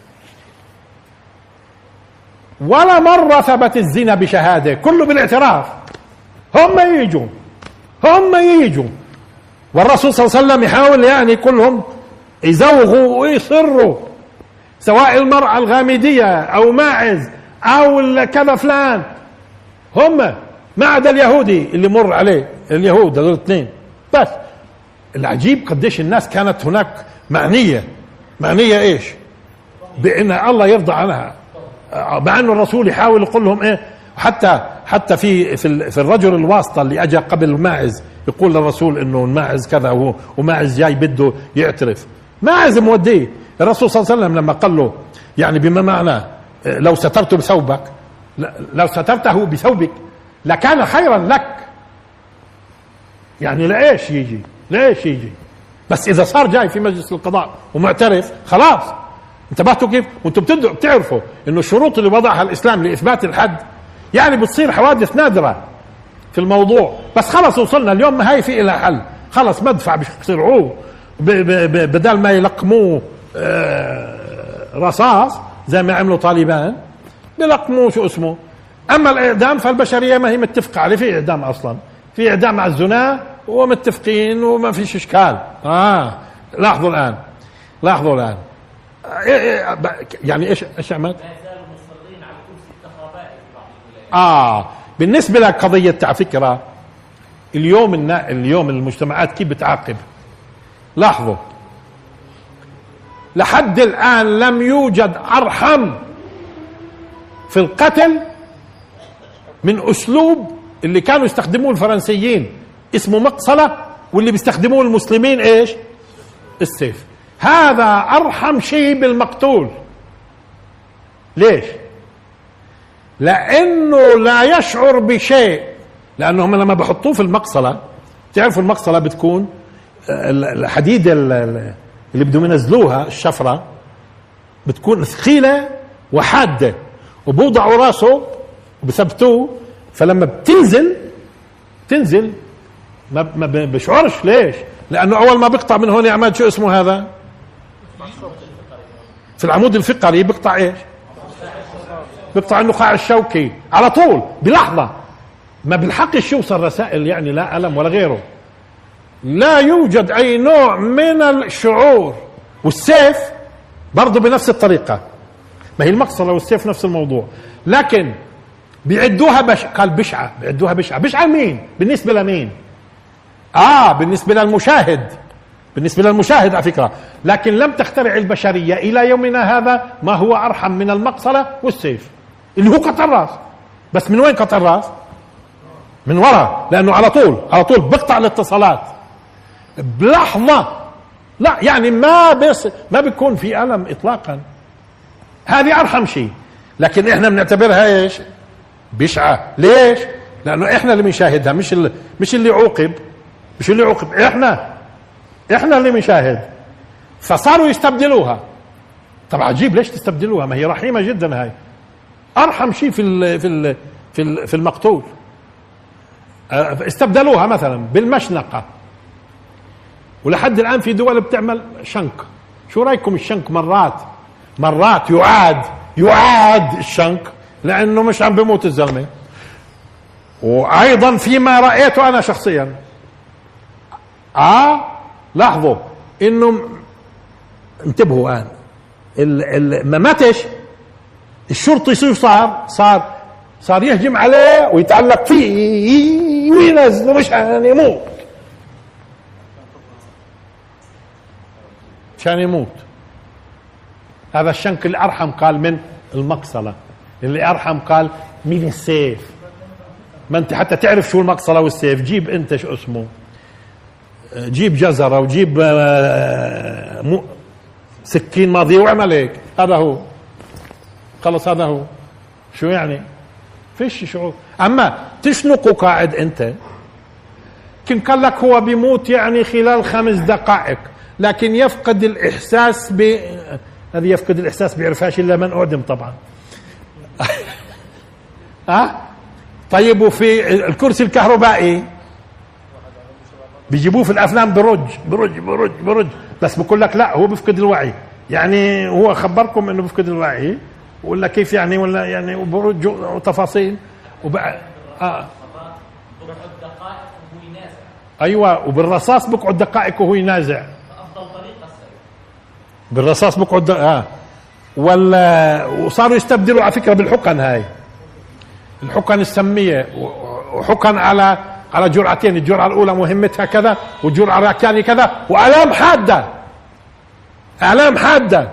ولا مرة ثبت الزنا بشهادة، كله بالاعتراف. هم يجوا والرسول صلى الله عليه وسلم يحاول يعني كلهم يزوغوا ويصروا، سواء المرأة الغامدية او ماعز او كذا فلان، هم ما عدا اليهودي اللي مر عليه، اليهود هذول الاثنين بس. العجيب قديش الناس كانت هناك معنية ايش؟ بان الله يرضى عنها، مع انه الرسول يحاول يقول لهم ايه. حتى في الرجل الواسطة اللي اجى قبل ماعز يقول للرسول انه ماعز كذا، وماعز جاي بده يعترف. ماعز موديه الرسول صلى الله عليه وسلم لما قال له يعني بما معناه لو سترته بثوبك، لو سترته بثوبك لكان خيرا لك. يعني ليش يجي؟ بس اذا صار جاي في مجلس القضاء ومعترف خلاص. انتبهتوا كيف؟ وانتم بتعرفوا انه الشروط اللي وضعها الاسلام لاثبات الحد يعني بتصير حوادث نادرة في الموضوع. بس خلص وصلنا اليوم ما هي في إلى حل، خلص مدفع بيخترعوه بدل ما يلقموه رصاص، زي ما عملوا طالبان بلقموا شو اسمه. اما الاعدام فالبشريه ما هي متفقه عليه، في اعدام اصلا، في اعدام على الزنا ومتفقين وما فيش اشكال. لاحظوا الان يعني ايش عملت؟ لا يزالوا مصرين على كرسي الكهربائي في بعض الولايات. بالنسبه لقضيه على فكره اليوم المجتمعات كيف بتعاقب؟ لاحظوا لحد الان لم يوجد ارحم في القتل من اسلوب اللي كانوا يستخدموه الفرنسيين اسمه مقصلة، واللي بيستخدموه المسلمين ايش؟ السيف. هذا ارحم شيء بالمقتول. ليش؟ لانه لا يشعر بشيء، لانهم لما بحطوه في المقصلة، تعرفوا المقصلة بتكون الحديد اللي بدهم ينزلوها الشفرة بتكون ثقيلة وحادة، وبوضعوا راسه وبثبتوه، فلما بتنزل ما بشعرش. ليش؟ لانه اول ما بيقطع من هون يا عماد شو اسمه هذا؟ في العمود الفقري بيقطع ايش؟ بيقطع النخاع الشوكي على طول بلحظة، ما بيلحقش يوصل رسائل يعني لا ألم ولا غيره، لا يوجد اي نوع من الشعور. والسيف برضه بنفس الطريقة، ما هي المقصلة والسيف نفس الموضوع، لكن بيعدوها قال بشعة، بيعدوها بشعة مين؟ بالنسبة لمين؟ بالنسبة للمشاهد، بالنسبة للمشاهد على فكرة. لكن لم تخترع البشرية إلى يومنا هذا ما هو أرحم من المقصلة والسيف، اللي هو قطع الراس. بس من وين قطع الراس؟ من وراء، لأنه على طول بقطع الاتصالات بلحظة. لا يعني ما بيكون في ألم إطلاقا. هذه أرحم شيء، لكن إحنا بنعتبرها إيش؟ بشعة. ليش؟ لأنه إحنا اللي بنشاهدها، مش اللي عوقب، إحنا اللي بنشاهد. فصاروا يستبدلوها. طبعا عجيب، ليش تستبدلوها؟ ما هي رحيمة جدا. هاي أرحم شيء في المقتول. استبدلوها مثلا بالمشنقة، ولحد الآن في دول بتعمل شنك. شو رأيكم الشنك؟ مرات يعاد الشنك لأنه مش عم بموت الزلمة. وأيضا فيما رأيته أنا شخصيا لاحظوا إنه انتبهوا الآن ما ماتش الشرطي، صار يهجم عليه ويتعلق فيه وينزله مشان يموت. هذا الشنك اللي أرحم قال من المقصلة، اللي أرحم قال من السيف. ما أنت حتى تعرف شو المقصلة والسيف، جيب أنت شو اسمه، جيب جزرة وجيب سكين ماضية واعمل هيك، هذا هو خلص. هذا هو شو يعني؟ فيش شعور. أما تشنقه قاعد أنت، كن قال لك هو بيموت يعني خلال 5 دقائق، لكن يفقد الإحساس هذه يفقد الإحساس بيعرفهاش إلا من أعدم طبعا. طيب وفي الكرسي الكهربائي بيجيبوه في الأفلام برج، بس بقول لك لا هو بيفقد الوعي. يعني هو خبركم إنه بيفقد الوعي ولا كيف يعني؟ ولا يعني برج وتفاصيل بقعد دقائق وهو ينازع. أيوة، وبالرصاص بقعد دقائق وهو ينازع. بالرصاص بقعد وصاروا يستبدلوا على فكرة بالحقن. هاي الحقن السمية، وحقن على جرعتين، الجرعة الأولى مهمتها كذا والجرعة الثانية كذا، وآلام حادة.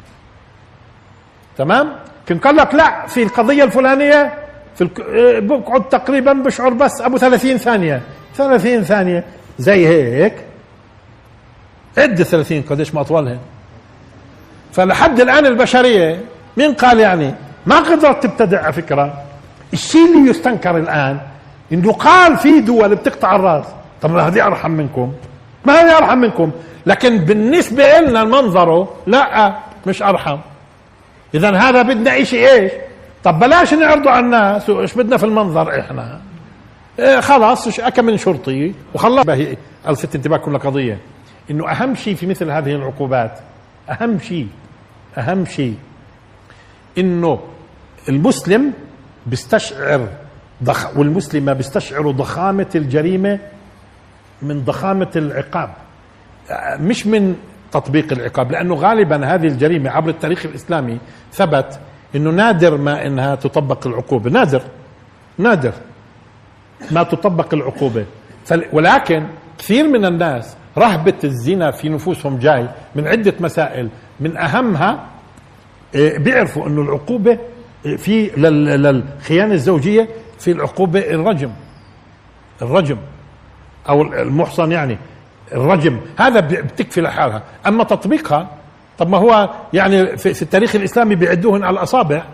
تمام. كان قال لك لا في القضية الفلانية بقعد تقريبا بشعر بس أبو 30 ثانية زي هيك، عد 30 قديش ما أطولهن. فلحد الآن البشرية مين قال يعني ما قدرت تبتدع؟ على فكرة الشيء اللي يستنكر الآن إنه قال في دول بتقطع الرأس. طب هذه أرحم منكم؟ ما هذه أرحم منكم، لكن بالنسبة لنا منظره لا مش أرحم. إذن هذا بدنا إيش؟ طب بلاش نعرضه على الناس، وإيش بدنا في المنظر إحنا؟ خلاص أكم من شرطي وخلص. ألفت انتباهكم لقضية إنه أهم شيء في مثل هذه العقوبات، أهم شيء انه المسلم بيستشعر والمسلمة بيستشعروا ضخامة الجريمة من ضخامة العقاب، مش من تطبيق العقاب، لأنه غالبا هذه الجريمة عبر التاريخ الإسلامي ثبت أنه نادر ما أنها تطبق العقوبة، نادر ما تطبق العقوبة. ولكن كثير من الناس رهبة الزنا في نفوسهم جاي من عدة مسائل، من أهمها بيعرفوا أنه العقوبة في للخيانة الزوجية في العقوبة الرجم أو المحصن، يعني الرجم هذا بتكفي لحالها. أما تطبيقها، طب ما هو يعني في التاريخ الإسلامي بيعدوهن على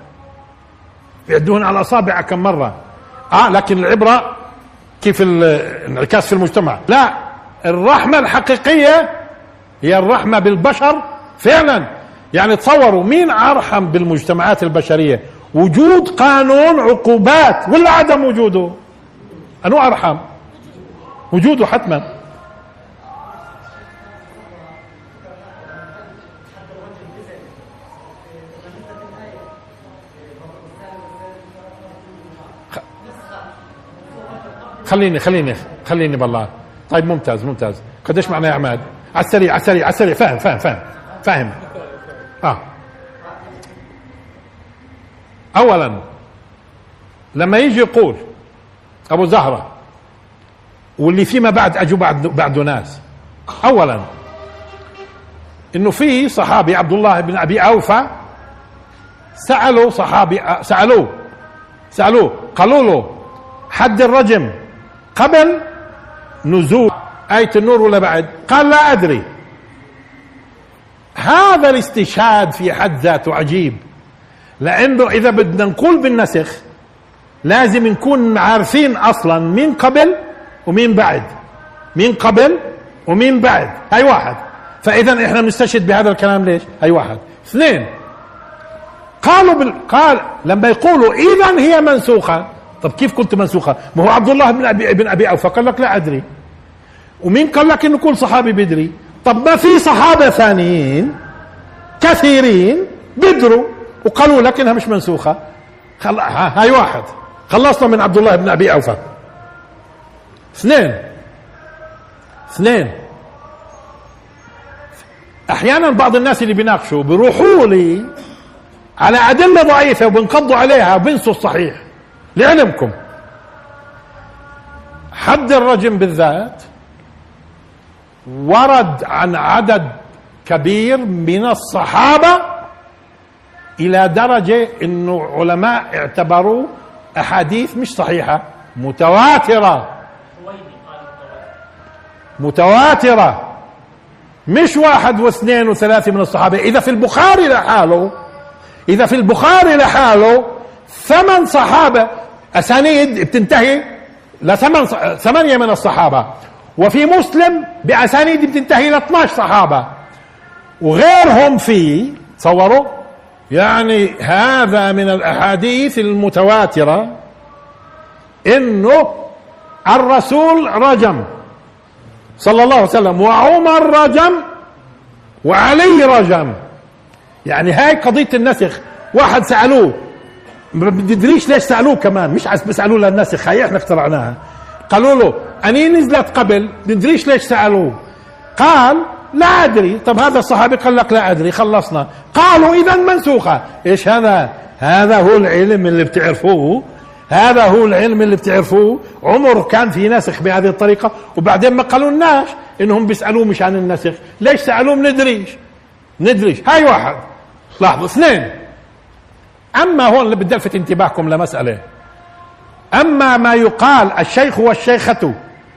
الأصابع كم مرة. لكن العبرة كيف الانعكاس في المجتمع. لا، الرحمة الحقيقية هي الرحمة بالبشر فعلا. يعني تصوروا مين أرحم بالمجتمعات البشرية، وجود قانون عقوبات ولا عدم وجوده؟ أنو أرحم؟ وجوده حتما. خليني بالله. طيب ممتاز. قديش معناه يا عماد؟ على السريع. فاهم. اولا لما يجي يقول ابو زهرة واللي فيما بعد اجوا بعده ناس، اولا انه في صحابي عبد الله بن ابي اوفى سألوه قالوا له حد الرجم قبل نزول آية النور ولا بعد؟ قال لا أدري. هذا الاستشهاد في حد ذاته عجيب، لأنه إذا بدنا نقول بالنسخ لازم نكون عارفين أصلا مين قبل ومين بعد، هاي واحد. فإذا إحنا بنستشهد بهذا الكلام ليش؟ هاي واحد. اثنين، قال لما يقولوا إذن هي منسوخة. طب كيف كنت منسوخة؟ ما هو عبد الله بن أبي أوفى قال لك لا أدري، ومين قال لك إنه كل صحابي بيدري؟ طب ما في صحابة ثانيين كثيرين بيدروا وقالوا لك إنها مش منسوخة. هاي واحد، خلصنا من عبد الله بن أبي أوفى. اثنين، أحيانا بعض الناس اللي بيناقشوا بيروحوا لي على أدلة ضعيفة وبنقضوا عليها وبنسوا الصحيح. لعلمكم حد الرجم بالذات ورد عن عدد كبير من الصحابة إلى درجة إنه علماء اعتبروا أحاديث مش صحيحة، متواترة، مش واحد واثنين وثلاثة من الصحابة. إذا في البخاري لحاله 8 صحابة أسانيد بتنتهي ل8 من الصحابة، وفي مسلم بأسانيد بتنتهي ل12 صحابة وغيرهم فيه. تصوروا يعني هذا من الأحاديث المتواترة إنه الرسول رجم صلى الله عليه وسلم، وعمر رجم، وعلي رجم. يعني هاي قضية النسخ. واحد سألوه، ما بدريش ليش سألوه كمان، مش بيسألوه للنسخ، هاي احنا اخترعناها. قالوا له أني نزلت قبل، ندريش ليش سألوه. قال لا أدري. طب هذا الصحابي قال لك لا أدري، خلصنا. قالوا إذا منسوخة. إيش هذا هو العلم اللي بتعرفوه. عمر كان في نسخ بهذه الطريقة، وبعدين ما قالوا الناس إنهم بيسألوه مش عن النسخ، ليش سألوه؟ ندريش. هاي واحد. لاحظوا. اثنين، أما هون اللي بدي ألفت انتباهكم لمسألة. أما ما يقال الشيخ والشيخة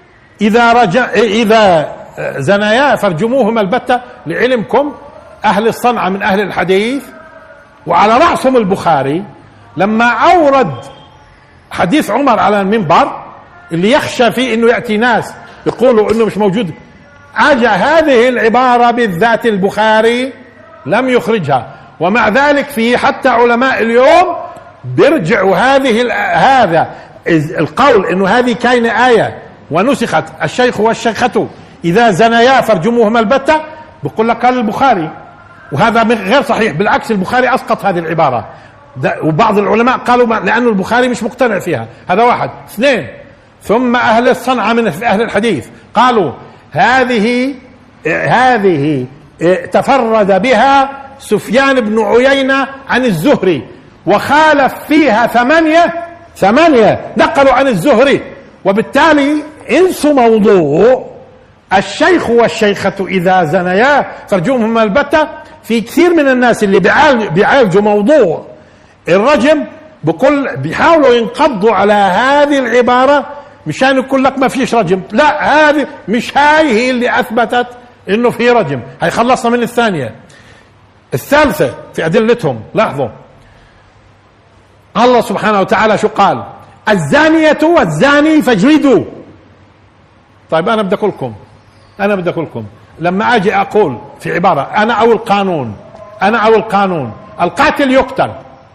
إذا زنايا فرجموهما البتة، لعلمكم أهل الصنعة من أهل الحديث وعلى رأسهم البخاري لما أورد حديث عمر على المنبر اللي يخشى فيه إنه يأتي ناس يقولوا إنه مش موجود، أجا هذه العبارة بالذات البخاري لم يخرجها. ومع ذلك في حتى علماء اليوم بيرجعوا هذا القول انه هذه كاينه آية ونسخت الشيخ والشيخة اذا زنيا فرجموهما البتة، بقول لك قال البخاري، وهذا غير صحيح. بالعكس البخاري اسقط هذه العبارة، وبعض العلماء قالوا لأن البخاري مش مقتنع فيها. هذا واحد. اثنين، ثم أهل الصنعة من أهل الحديث قالوا هذه تفرد بها سفيان بن عيينة عن الزهري، وخالف فيها ثمانية نقلوا عن الزهري، وبالتالي انسوا موضوع الشيخ والشيخة إذا زنيا فرجمهما البتة. في كثير من الناس اللي بيعالجوا موضوع الرجم بيحاولوا ينقضوا على هذه العبارة مشان يقول لك ما فيش رجم. لا، هذه مش هي اللي أثبتت إنه في رجم. هي خلصنا من الثانية. الثالثة في أدلتهم، لاحظوا الله سبحانه وتعالى شو قال؟ الزانية والزاني فاجلدوا. طيب أنا بدي أقول لكم لما أجي أقول في عبارة أنا أو القانون القاتل يقتل،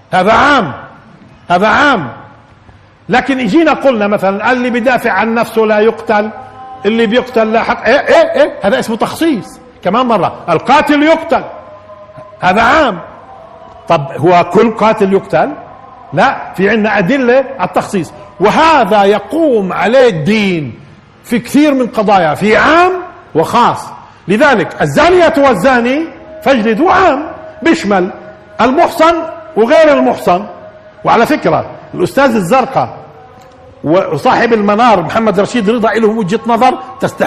هذا عام. لكن يجينا قلنا مثلا اللي بدافع عن نفسه لا يقتل، اللي بيقتل لا حق. إيه هذا اسمه تخصيص. كمان مرة القاتل يقتل، هذا عام. طب هو كل قاتل يقتل؟ لا، في عندنا أدلة على التخصيص، وهذا يقوم عليه الدين في كثير من قضايا، في عام وخاص. لذلك الزانية والزاني فاجلدوا عام، بيشمل المحصن وغير المحصن. وعلى فكرة الأستاذ الزرقاء وصاحب المنار محمد رشيد رضا لهم وجهة نظر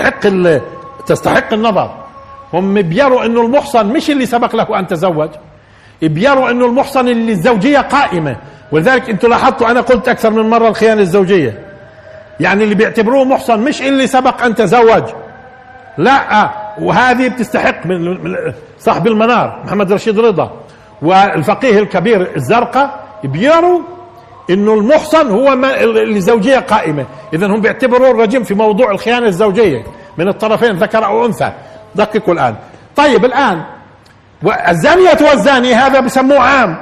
تستحق النظر. هم بيروا انه المحصن مش اللي سبق له ان تزوج، بيروا انه المحصن اللي الزوجية قائمة. ولذلك انتوا لاحظتوا انا قلت اكثر من مرة الخيانة الزوجية، يعني اللي بيعتبروه محصن مش اللي سبق ان تزوج، لا. وهذه بتستحق من صاحب المنار محمد رشيد رضا والفقيه الكبير الزرقاء، بيروا انه المحصن هو اللي زوجية قائمة. اذا هم بيعتبروا الرجم في موضوع الخيانة الزوجية من الطرفين ذكر او انثى. دققوا الان. طيب الان الزانية والزاني هذا بسموه عام.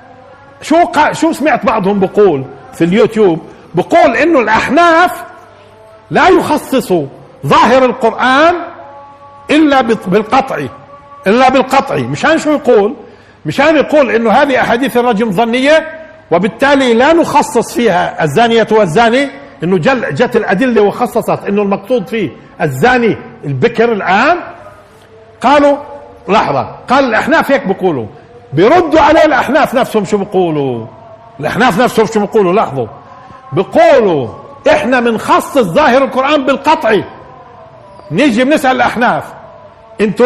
شو سمعت بعضهم بقول في اليوتيوب؟ بقول انه الاحناف لا يخصصوا ظاهر القرآن الا بالقطع. مشان شو يقول؟ مشان يقول انه هذه احاديث الرجم ظنية، وبالتالي لا نخصص فيها الزانية والزاني. انه جت الادلة وخصصت انه المقصود فيه الزاني البكر العام. قالوا لحظة، قال الاحناف هيك بيقولوا، بيردوا عليه الاحناف نفسهم شو بيقولوا؟ لاحظوا، بيقولوا احنا بنخصص ظاهر القرآن بالقطع. نيجي بنسأل الاحناف انتوا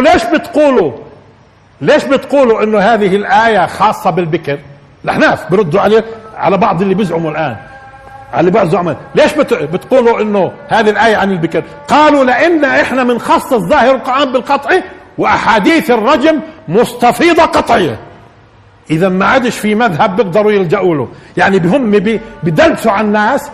ليش بتقولوا انه هذه الآية خاصة بالبكر؟ الاحناف بيردوا على بعض اللي بيزعموا الان، على بعض زعماء، ليش بتقولوا انه هذه الآية عن البكر؟ قالوا لان احنا بنخصص ظاهر القرآن بالقطع، واحاديث الرجم مستفيضة قطعية. اذا ما عادش في مذهب بيقدروا يلجأوا له. يعني هم بدلسوا على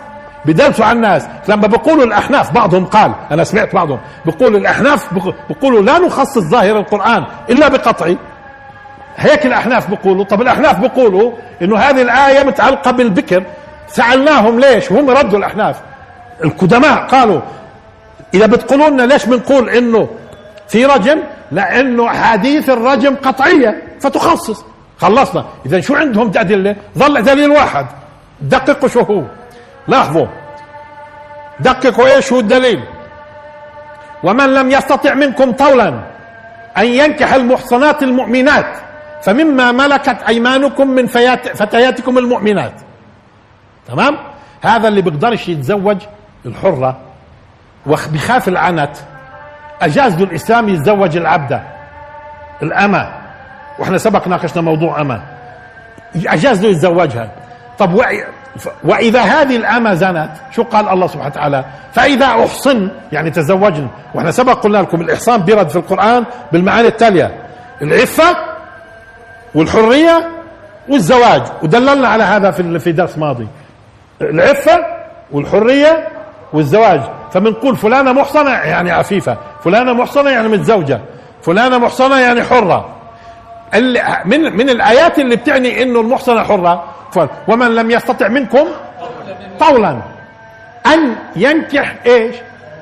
الناس لما بيقولوا الاحناف. بعضهم قال، انا سمعت بعضهم بيقولوا الاحناف بيقولوا لا نخصص ظاهر القرآن الا بقطعي. هيك الاحناف بيقولوا. طب الاحناف بيقولوا انه هذه الآية متعلقة بالبكر. سألناهم ليش، وهم ردوا الاحناف القدماء قالوا اذا بتقولوا لنا ليش بنقول انه في رجم؟ لانه احاديث الرجم قطعية فتخصص. خلصنا. اذا شو عندهم أدلة؟ ظل دليل واحد. دققوا شو هو. لاحظوا، دققوا ايش هو الدليل. ومن لم يستطع منكم طولا ان ينكح المحصنات المؤمنات فمما ملكت ايمانكم من فتياتكم المؤمنات. تمام؟ هذا اللي بيقدرش يتزوج الحرة وبيخاف العنت، اجاز له الاسلام يتزوج العبدة الامة، واحنا سبق ناقشنا موضوع امة، اجاز له يتزوجها. طب واذا هذه الامة زنت، شو قال الله سبحانه وتعالى؟ فاذا احصن، يعني تزوجن. واحنا سبق قلنا لكم الاحصان بيرد في القرآن بالمعاني التالية: العفة والحرية والزواج، ودللنا على هذا في درس ماضي. العفة والحرية والزواج. فبنقول فلانة محصنة يعني عفيفة، فلانة محصنة يعني متزوجة، فلانة محصنة يعني حرة. من الآيات اللي بتعني انه المحصنة حرة: ومن لم يستطع منكم طولا ان ينكح ايش؟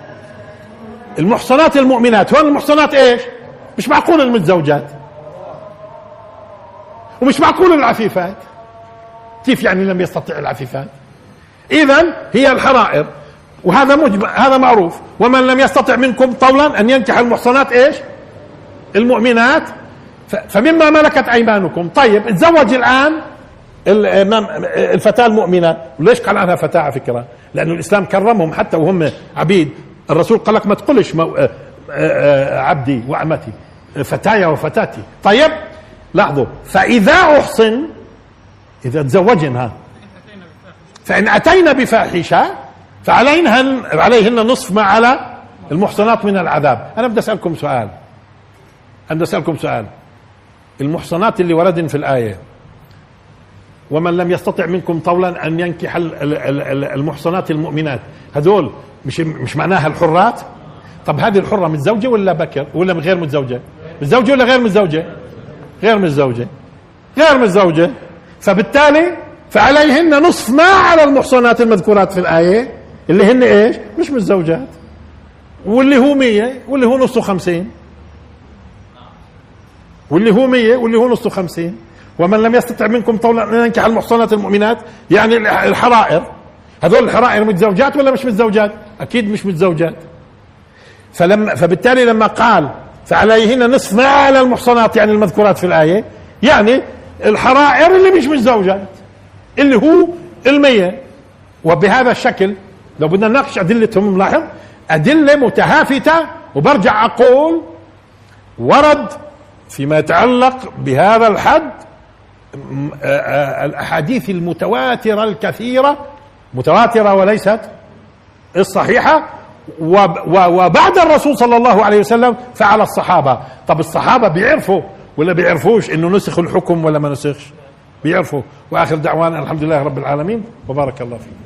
المحصنات المؤمنات. وين المحصنات ايش؟ مش معقول المتزوجات، ومش معقول العفيفات. كيف يعني لم يستطع العفيفات؟ إذن هي الحرائر، وهذا هذا معروف. ومن لم يستطع منكم طولا أن ينكح المحصنات إيش؟ المؤمنات فمما ملكت أيمانكم. طيب تزوج الآن الفتاة المؤمنة، وليش قال عنها فتاة على فكرة؟ لأنه الإسلام كرمهم حتى وهم عبيد. الرسول قال لك ما تقولش عبدي وأمتي، فتايا وفتاتي. طيب لاحظوا، فإذا أحصن، إذا تزوجنها، فإن أتينا بفاحشة فعليهن نصف ما على المحصنات من العذاب. أنا بدي أسألكم سؤال، المحصنات اللي وردن في الآية ومن لم يستطع منكم طولا أن ينكح المحصنات المؤمنات، هذول مش معناها الحرات؟ طب هذه الحرة متزوجة ولا بكر ولا غير متزوجة؟ متزوجة ولا غير متزوجة؟ غير متزوجة. فبالتالي فعليهن نصف ما على المحصنات المذكورات في الآية اللي هن ايش؟ مش متزوجات، واللي هو 100 واللي هو نصه 50، واللي هو 100 واللي هو نصه 50. ومن لم يستطع منكم طولا أن ينكح المحصنات المؤمنات، يعني الحرائر، هذول الحرائر متزوجات ولا مش متزوجات؟ أكيد مش متزوجات. فبالتالي لما قال فعليهن نصف ما على المحصنات يعني المذكورات في الآية، يعني الحرائر اللي مش متزوجات اللي هو 100. وبهذا الشكل لو بدنا نناقش أدلتهم نلاحظ أدلة متهافتة. وبرجع أقول ورد فيما يتعلق بهذا الحد الأحاديث المتواترة الكثيرة، متواترة وليست الصحيحة. وبعد الرسول صلى الله عليه وسلم فعل الصحابة. طب الصحابة بيعرفوا ولا بيعرفوش انه نسخ الحكم ولا ما نسخش؟ بيعرفوا. واخر دعوانا الحمد لله رب العالمين وبارك الله فيكم.